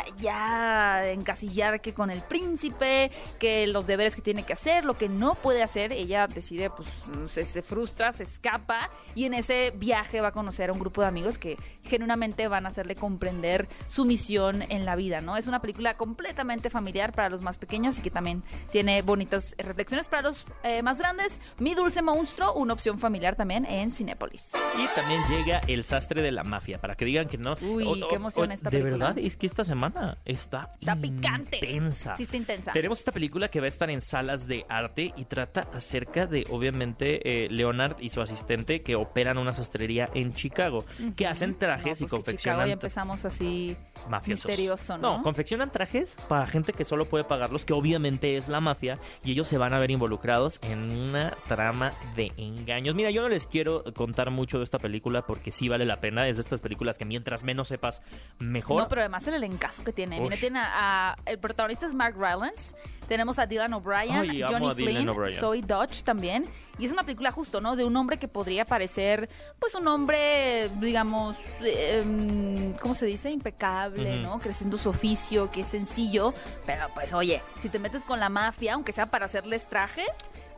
ya encasillar que con el príncipe, que los deberes que tiene que hacer, lo que no puede hacer, ella decide, pues se, se frustra, se escapa y en ese viaje va a conocer a un grupo de amigos que genuinamente van a hacerle comprender su misión en la vida, ¿no? Es una película completamente familiar para los más pequeños y que también tiene bonitas reflexiones para los eh, más grandes. Mi Dulce Monstruo, una opción familiar también en Cinépolis. Y también llega El Sastre de la Mafia, para que digan que no. Uy, qué emoción esta De película. verdad, es que esta semana está, Está picante. intensa. Sí, está intensa. Tenemos esta película que va a estar en salas de arte y trata acerca de, obviamente, eh, Leonard y su asistente que operan una sastrería en Chicago, que hacen trajes No, y pues que confeccionan Chicago ya empezamos así mafiosos. misterioso, ¿no? No, confeccionan trajes para gente que solo puede pagarlos, que obviamente es la mafia, y ellos se van a ver involucrados en una trama de engaños. Mira, yo no les quiero contar mucho de esta película porque sí vale la pena. Es de estas películas que mientras menos sepas, mejor. No, pero además el elencazo que tiene. Mira, Ush. tiene a, a- el protagonista es Mark Rylance. Tenemos a Dylan O'Brien, Ay, amo Johnny a Dylan Flynn, O'Brien. Zoe Dodge también. Y es una película justo, ¿no? De un hombre que podría parecer, pues, un hombre, digamos, eh, em, ¿cómo se dice? Impecable, Ujú. ¿no? Creciendo su oficio, que es sencillo. Pero, pues, oye, si te metes con la mafia, aunque sea para hacerles trajes,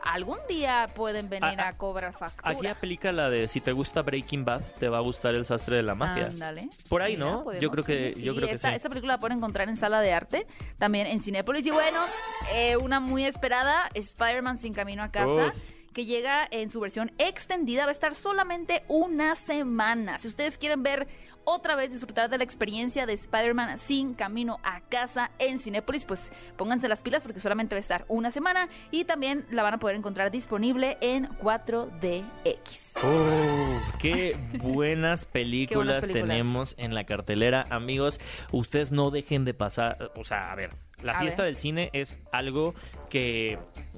algún día pueden venir Ah, a cobrar factura. Aquí aplica la de si te gusta Breaking Bad, te va a gustar El sastre de la magia. Ándale. Por ahí, Mira, ¿no? podemos- Yo creo que, sí, yo creo que esta, sí. esta película la pueden encontrar en Sala de Arte, también en Cinépolis. Y bueno, eh, una muy esperada, Spider-Man Sin Camino a Casa. Uf. Que llega en su versión extendida, va a estar solamente una semana. Si ustedes quieren ver otra vez, disfrutar de la experiencia de Spider-Man Sin Camino a Casa en Cinépolis, pues pónganse las pilas porque solamente va a estar una semana y también la van a poder encontrar disponible en cuatro D X. Oh, qué buenas películas, buenas películas. tenemos en la cartelera. Amigos, ustedes no dejen de pasar, o sea, a ver, la A fiesta ver. del cine es algo que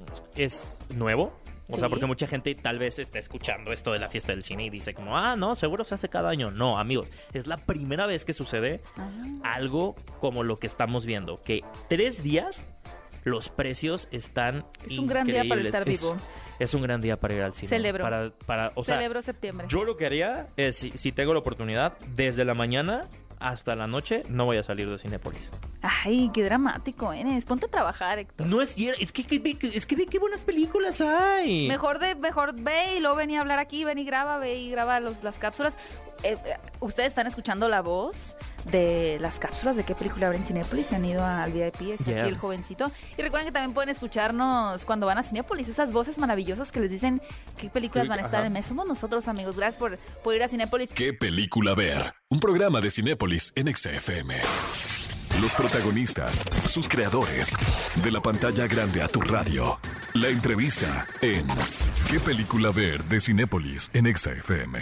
es nuevo. O Sí. sea, porque mucha gente tal vez está escuchando esto de la fiesta del cine y dice como, ah, no, seguro se hace cada año. No, amigos, es la primera vez que sucede Ah. algo como lo que estamos viendo, que tres días los precios están Es un gran día para increíbles. estar Es- vivo. Es un gran día para ir al cine. Celebro. Para, para, o sea, Celebro septiembre. yo lo que haría es, si, si tengo la oportunidad, desde la mañana hasta la noche, no voy a salir de Cinépolis. Ay, qué dramático eres. Ponte a trabajar, Héctor. No es cierto, es que, que, ve- es que ve qué buenas películas hay. Mejor de mejor ve y luego ven y hablar aquí, ven y graba, ve y graba los, las cápsulas. Eh, eh, ustedes están escuchando la voz de las cápsulas de qué película habrá en Cinépolis. Se han ido al V I P, está Yeah. aquí el jovencito. Y recuerden que también pueden escucharnos cuando van a Cinépolis, esas voces maravillosas que les dicen qué películas Sí, van a estar ajá. en mes. Somos nosotros, amigos. Gracias por, por ir a Cinépolis. ¿Qué película ver? Un programa de Cinépolis en Exa F M. Los protagonistas, sus creadores, de la pantalla grande a tu radio. La entrevista en ¿Qué película ver? De Cinépolis en Exa F M.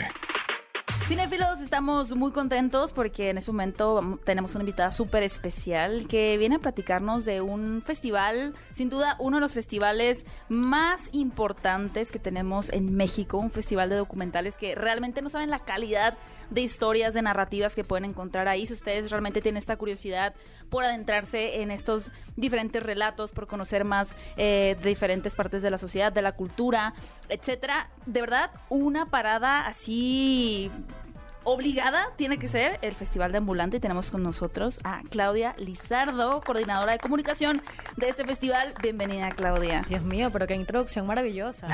Cinéfilos, estamos muy contentos porque en este momento vamos- tenemos una invitada súper especial que viene a platicarnos de un festival, sin duda uno de los festivales más importantes que tenemos en México, un festival de documentales que realmente no saben la calidad de historias, de narrativas que pueden encontrar ahí. Si ustedes realmente tienen esta curiosidad por adentrarse en estos diferentes relatos, por conocer más eh, de diferentes partes de la sociedad, de la cultura, etcétera, de verdad, una parada así obligada tiene que ser el Festival de Ambulante. Y tenemos con nosotros a Claudia Lizardo, coordinadora de comunicación de este festival. Bienvenida, Claudia. Dios mío, pero qué introducción maravillosa.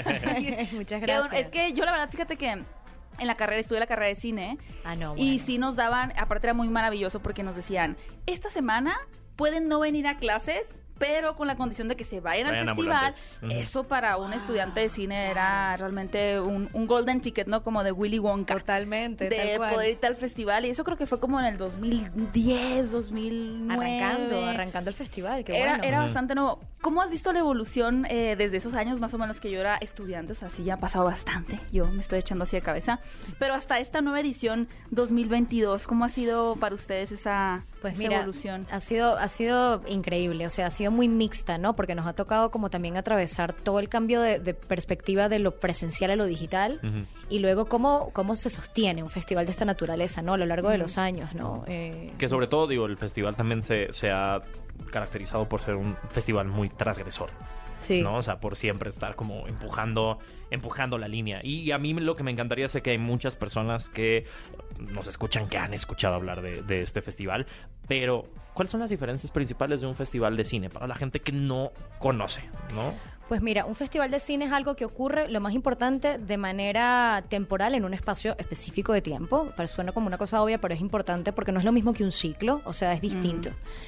Muchas gracias. Es que yo la verdad, fíjate que en la carrera, estudié la carrera de cine. Ah, no, Y bueno. sí nos daban, aparte era muy maravilloso porque nos decían, esta semana pueden no venir a clases, pero con la condición de que se vayan, Vayan al festival. ambulante. Ujú. Eso para un estudiante de cine era realmente un, un golden ticket, ¿no? Como de Willy Wonka. Totalmente, De tal cual. poder irte al festival. Y eso creo que fue como en el dos mil diez, dos mil nueve. Arrancando, arrancando el festival, qué Era, bueno. era Ujú. bastante nuevo. ¿Cómo has visto la evolución eh, desde esos años más o menos que yo era estudiante? O sea, sí, ya ha pasado bastante. Yo me estoy echando así de cabeza. Pero hasta esta nueva edición dos mil veintidós, ¿cómo ha sido para ustedes esa, Pues esa mira, evolución? ha sido, ha sido increíble, o sea, ha sido muy mixta, ¿no? Porque nos ha tocado como también atravesar todo el cambio de, de perspectiva de lo presencial a lo digital Ujú. y luego cómo, cómo se sostiene un festival de esta naturaleza, ¿no? A lo largo de los años, ¿no? Eh, Que sobre todo, digo, el festival también se, se ha caracterizado por ser un festival muy transgresor. sí. ¿No? O sea, por siempre estar como empujando, empujando la línea. Y a mí lo que me encantaría es que hay muchas personas que nos escuchan, que han escuchado hablar de, de este festival, pero ¿cuáles son las diferencias principales de un festival de cine para la gente que no conoce, ¿no? Pues mira, un festival de cine es algo que ocurre, lo más importante, de manera temporal en un espacio específico de tiempo. Pero suena como una cosa obvia, pero es importante porque no es lo mismo que un ciclo, o sea, es distinto.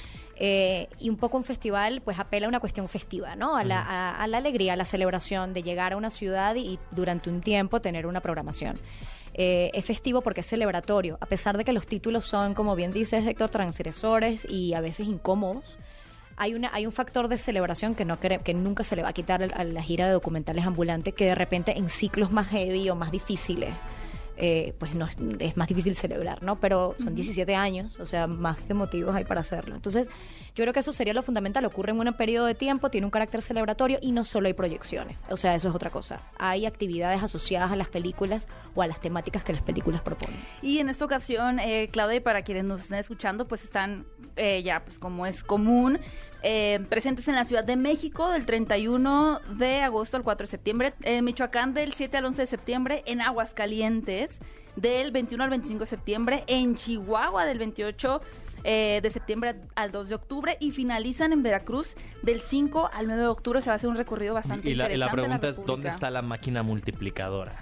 Eh, y un poco un festival pues apela a una cuestión festiva, ¿no? A la, a, a la alegría, a la celebración de llegar a una ciudad y, y durante un tiempo tener una programación. Eh, es festivo porque es celebratorio, a pesar de que los títulos son, como bien dices, Héctor, transgresores y a veces incómodos. Hay, una, hay un factor de celebración que, no quere- que nunca se le va a quitar a la gira de documentales ambulantes, que de repente en ciclos más heavy o más difíciles, eh, pues no es, es más difícil celebrar, ¿no? Pero son diecisiete años, o sea, más que motivos hay para hacerlo. Entonces, yo creo que eso sería lo fundamental. Ocurre en un periodo de tiempo, tiene un carácter celebratorio y no solo hay proyecciones. O sea, eso es otra cosa. Hay actividades asociadas a las películas o a las temáticas que las películas proponen. Y en esta ocasión, eh, Claudia, y para quienes nos estén escuchando, pues están eh, ya, pues como es común, eh, presentes en la Ciudad de México del treinta y uno de agosto al cuatro de septiembre, en Michoacán del siete al once de septiembre, en Aguascalientes del veintiuno al veinticinco de septiembre, en Chihuahua del veintiocho eh, de septiembre al dos de octubre y finalizan en Veracruz del cinco al nueve de octubre. Se va a hacer un recorrido bastante y la, interesante. Y la pregunta en la es, ¿dónde está la máquina multiplicadora?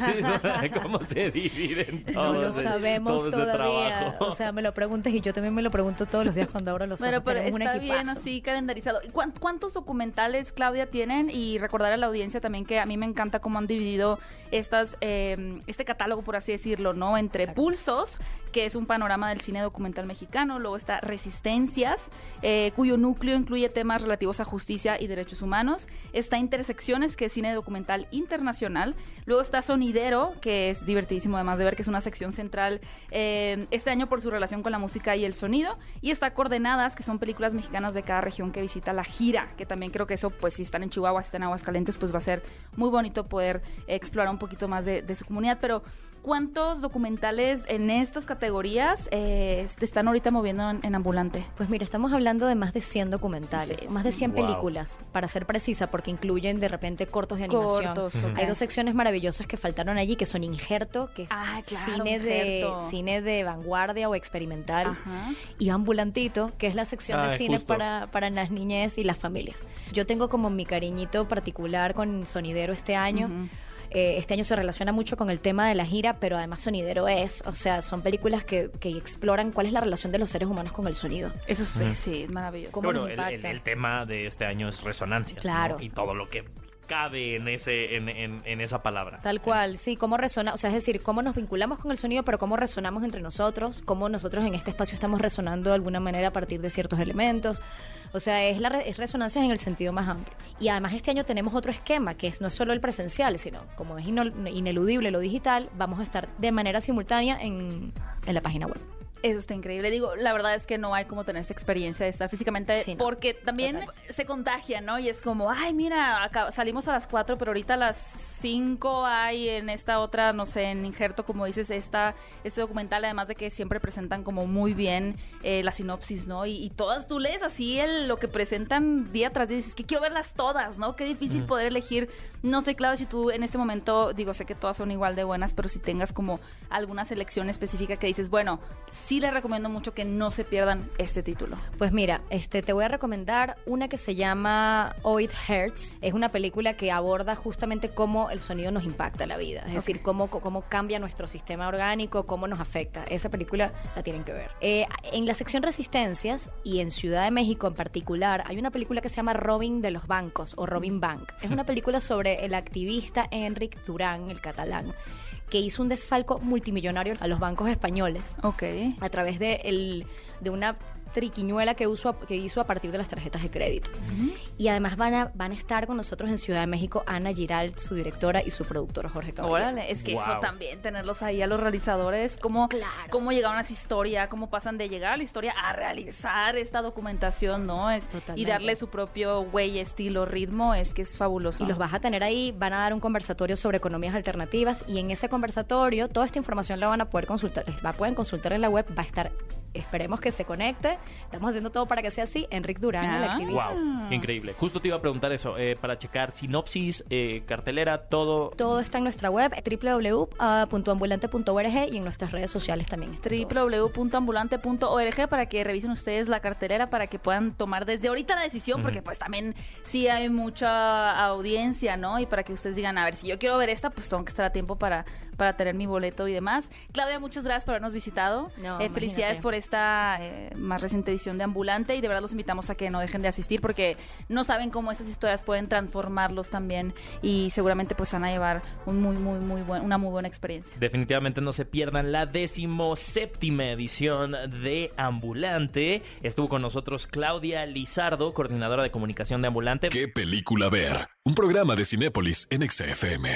¿Cómo se dividen todos? No lo ese- sabemos todo ese todavía. trabajo? O sea, me lo preguntas y yo también me lo pregunto todos los días cuando abro los ojos. Bueno, pero Tenemos un está bien equipazo. así calendarizado. ¿Y cuán- ¿Cuántos documentales, Claudia, tienen? Y recordar a la audiencia también que a mí me encanta cómo han dividido estas, eh, este catálogo, por así decirlo, ¿no? Entre Pulsos, que es un panorama del cine documental mexicano, luego está Resistencias, eh, cuyo núcleo incluye temas relativos a justicia y derechos humanos, está Intersecciones, que es cine documental internacional, luego está Sonidero, que es divertidísimo además de ver, que es una sección central eh, este año por su relación con la música y el sonido, y está Coordenadas, que son películas mexicanas de cada región que visita la gira, que también creo que eso, pues si están en Chihuahua, si están en Aguascalientes, pues va a ser muy bonito poder explorar un poquito más de, de su comunidad, pero ¿cuántos documentales en estas categorías eh, te están ahorita moviendo en, en Ambulante? Pues mira, estamos hablando de más de cien documentales, Sí, más de cien wow. películas, para ser precisa, porque incluyen de repente cortos de animación. Cortos, ok. Hay dos secciones maravillosas que faltaron allí, que son Injerto, que es Ah, claro, cine, de, Injerto. cine de vanguardia o experimental, Ajá. y Ambulantito, que es la sección Ah, de cine justo. para, para las niñez y las familias. Yo tengo como mi cariñito particular con Sonidero este año. Ujú. Eh, este año se relaciona mucho con el tema de la gira, pero además Sonidero es, o sea, son películas que, que exploran cuál es la relación de los seres humanos con el sonido. Eso sí, sí, es maravilloso. ¿Cómo Bueno, nos el, el- impacta? el tema de este año es resonancias, Claro. ¿no? Y todo lo que cabe en ese en, en- en esa palabra. Tal cual, sí, cómo resona, o sea, es decir, cómo nos vinculamos con el sonido, pero cómo resonamos entre nosotros, cómo nosotros en este espacio estamos resonando de alguna manera a partir de ciertos elementos. O sea, es la re- es resonancias en el sentido más amplio. Y además este año tenemos otro esquema, que es no solo el presencial, sino como es ino- ineludible lo digital, vamos a estar de manera simultánea en, en la página web. Eso está increíble. Digo, la verdad es que no hay como tener esta experiencia de estar físicamente, Sí, no. porque también Total. se contagia, ¿no? Y es como, ay, mira, acá salimos a las cuatro, pero ahorita a las cinco hay en esta otra, no sé, en Injerto, como dices, esta, este documental, además de que siempre presentan como muy bien eh, la sinopsis, ¿no? Y, y todas, tú lees así el, lo que presentan día tras día y dices que quiero verlas todas, ¿no? Qué difícil poder elegir. No sé, claro, si tú en este momento, digo, sé que todas son igual de buenas, pero si tengas como alguna selección específica que dices, bueno, sí les recomiendo mucho que no se pierdan este título. Pues mira, este te voy a recomendar una que se llama Oh It Hurts. Es una película que aborda justamente cómo el sonido nos impacta la vida. Es decir, cómo, cómo cambia nuestro sistema orgánico, cómo nos afecta. Esa película la tienen que ver. Eh, en la sección Resistencias y en Ciudad de México en particular, hay una película que se llama Robin de los Bancos o Robin Bank. Es una película sobre el activista Enric Durán, el catalán, que hizo un desfalco multimillonario a los bancos españoles Ok. a través de, el, de una triquiñuela que, uso, que hizo a partir de las tarjetas de crédito. Y además van a, van a estar con nosotros en Ciudad de México Ana Giralt, su directora, y su productor Jorge Caballero. Órale, es que eso Wow. también, tenerlos ahí a los realizadores, cómo, Claro. cómo llegaron a esa historia, cómo pasan de llegar a la historia a realizar esta documentación, ¿no? Es, y Totalmente. darle su propio güey, estilo, ritmo, es que es fabuloso. Y los vas a tener ahí, van a dar un conversatorio sobre economías alternativas y en ese conversatorio toda esta información la van a poder consultar, la pueden consultar en la web, va a estar, esperemos que se conecte, estamos haciendo todo para que sea así, Enric Durán, el Ah. activista. Wow, qué increíble. Justo te iba a preguntar eso, eh, para checar sinopsis, eh, cartelera, todo. Todo está en nuestra web, doble u doble u doble u punto ambulante punto org, y en nuestras redes sociales también está todo. doble u doble u doble u punto ambulante punto org para que revisen ustedes la cartelera, para que puedan tomar desde ahorita la decisión, porque pues también sí hay mucha audiencia, ¿no? Y para que ustedes digan, a ver, si yo quiero ver esta, pues tengo que estar a tiempo para, para tener mi boleto y demás. Claudia, muchas gracias por habernos visitado. No, Eh, felicidades imagínate. por esta eh, más reciente edición de Ambulante, y de verdad los invitamos a que no dejen de asistir, porque no saben cómo estas historias pueden transformarlos también, y seguramente pues van a llevar un muy, muy, muy buen, una muy buena experiencia. Definitivamente no se pierdan la decimoséptima edición de Ambulante. Estuvo con nosotros Claudia Lizardo, coordinadora de comunicación de Ambulante. ¿Qué película ver? Un programa de Cinépolis en X F M.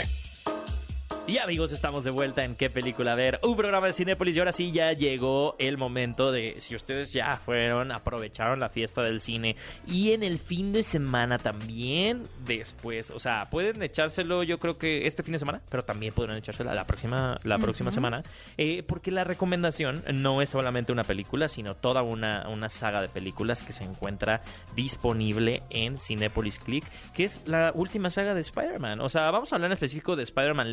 Y amigos, estamos de vuelta en ¿Qué película ver? Un programa de Cinépolis, y ahora sí ya llegó el momento de, si ustedes ya fueron, aprovecharon la fiesta del cine y en el fin de semana también después, o sea, pueden echárselo yo creo que este fin de semana, pero también podrán echárselo la próxima, la próxima semana, eh, porque la recomendación no es solamente una película, sino toda una, una saga de películas que se encuentra disponible en Cinépolis Click, que es la última saga de Spider-Man. O sea, vamos a hablar en específico de Spider-Man Lejos de Casa,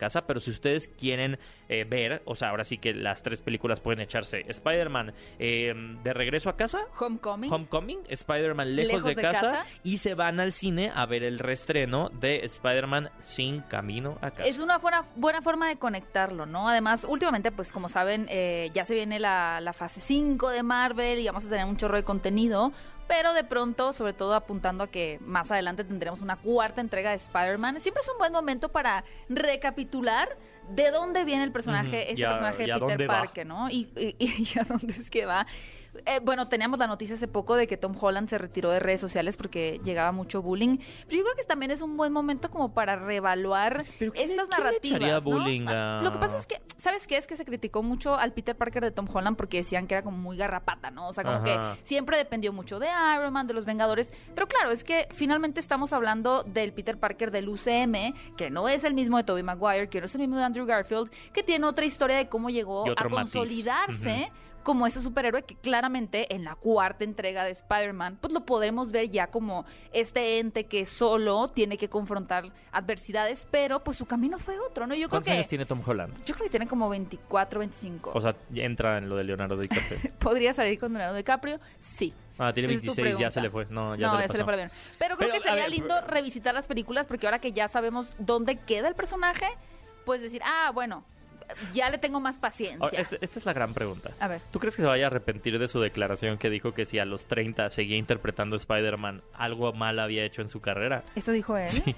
casa, pero si ustedes quieren eh, ver, o sea, ahora sí que las tres películas pueden echarse Spider-Man eh, de regreso a casa, Homecoming. Homecoming, Spider-Man lejos, Lejos de, de casa, casa. y se van al cine a ver el reestreno de Spider-Man Sin Camino a Casa. Es una buena, buena forma de conectarlo, ¿no? Además, últimamente, pues como saben, eh, ya se viene la, la fase cinco de Marvel y vamos a tener un chorro de contenido, pero de pronto, sobre todo apuntando a que más adelante tendremos una cuarta entrega de Spider-Man, siempre es un buen momento para recapitular de dónde viene el personaje, Ujú. este Y a- personaje y a de Peter dónde va. Parker, ¿no? Y, y, y a dónde es que va. Eh, bueno, teníamos la noticia hace poco de que Tom Holland se retiró de redes sociales porque llegaba mucho bullying, pero yo creo que también es un buen momento como para reevaluar ¿Pero quién le- estas quién le narrativas, echaría ¿no? bullying Ah, a- Lo que pasa es que, ¿sabes qué? Es que se criticó mucho al Peter Parker de Tom Holland porque decían que era como muy garrapata, ¿no? O sea, como Ajá. que siempre dependió mucho de Iron Man, de los Vengadores, pero claro, es que finalmente estamos hablando del Peter Parker del U C M, que no es el mismo de Tobey Maguire, que no es el mismo de Andrew Garfield, que tiene otra historia de cómo llegó Y a otro matiz. consolidarse como ese superhéroe que claramente en la cuarta entrega de Spider-Man, pues lo podremos ver ya como este ente que solo tiene que confrontar adversidades, pero pues su camino fue otro, ¿no? Yo creo ¿Cuántos que años tiene Tom Holland? yo creo que tiene como veinticuatro, veinticinco. O sea, entra en lo de Leonardo DiCaprio. ¿Podría salir con Leonardo DiCaprio? Sí. Ah, tiene Esa es tu veintiséis, ya pregunta. se le fue. No, ya no, se le ya se le pasó. fue el avión. Pero creo Pero, que a sería ver, lindo pero- revisitar las películas porque ahora que ya sabemos dónde queda el personaje, pues decir, ah, bueno, ya le tengo más paciencia. Ahora, esta, esta es la gran pregunta. A ver. ¿Tú crees que se vaya a arrepentir de su declaración que dijo que si a los treinta seguía interpretando a Spider-Man, algo mal había hecho en su carrera? ¿Eso dijo él? Sí.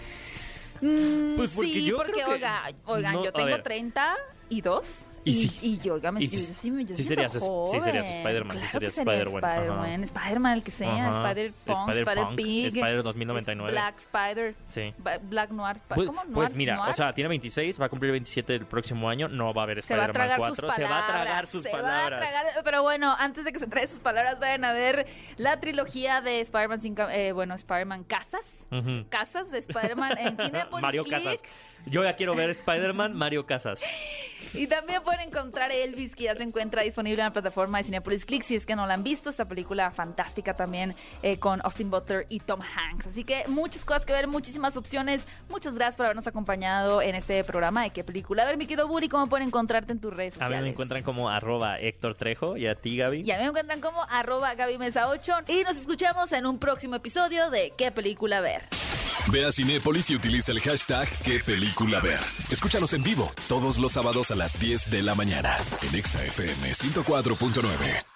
Mm, Pues porque sí, yo porque, creo que- oiga, oigan, no, yo a tengo ver. treinta y dos. Y Y, sí. y yo, oiga, me Y yo sí- sí, me- yo sí sí serías siento es- sí serías joven. Spider-Man, sí Claro serías que sería Spider-Man, ajá. Spider-Man, Spider-Man, el que sea, Ajá. Spider-Punk, Spider-Punk, Spider-Pig. Spider dos mil noventa y nueve. Black Spider, Sí. Ba- Black Noir. Pa- Pues, ¿Cómo? Noir? pues mira, Noir? o sea, tiene veintiséis, va a cumplir veintisiete el próximo año, no va a haber Se va a Spider-Man tragar sus cuatro, palabras. se va a tragar sus se palabras. va a tragar- pero bueno, antes de que se traiga sus palabras, vayan a ver la trilogía de Spider-Man, sin ca- eh, bueno, Spider-Man Casas. Ujú. Casas de Spider-Man en Cinepolis Mario Click. Casas. Yo ya quiero ver Spider-Man, Mario Casas. Y también pueden encontrar Elvis, que ya se encuentra disponible en la plataforma de Cinepolis Click, si es que no la han visto. Esta película fantástica también eh, con Austin Butler y Tom Hanks. Así que muchas cosas que ver, muchísimas opciones. Muchas gracias por habernos acompañado en este programa de ¿Qué película? A ver, mi querido Buri, ¿cómo pueden encontrarte en tus redes A sociales? mí me encuentran como arroba Héctor Trejo y a ti, Gaby. Y a mí me encuentran como arroba Gaby Mesa ocho. Y nos escuchamos en un próximo episodio de ¿Qué película ver? Ve a Cinépolis y utiliza el hashtag qué película ver. Escúchanos en vivo todos los sábados a las diez de la mañana en Exa F M ciento cuatro punto nueve.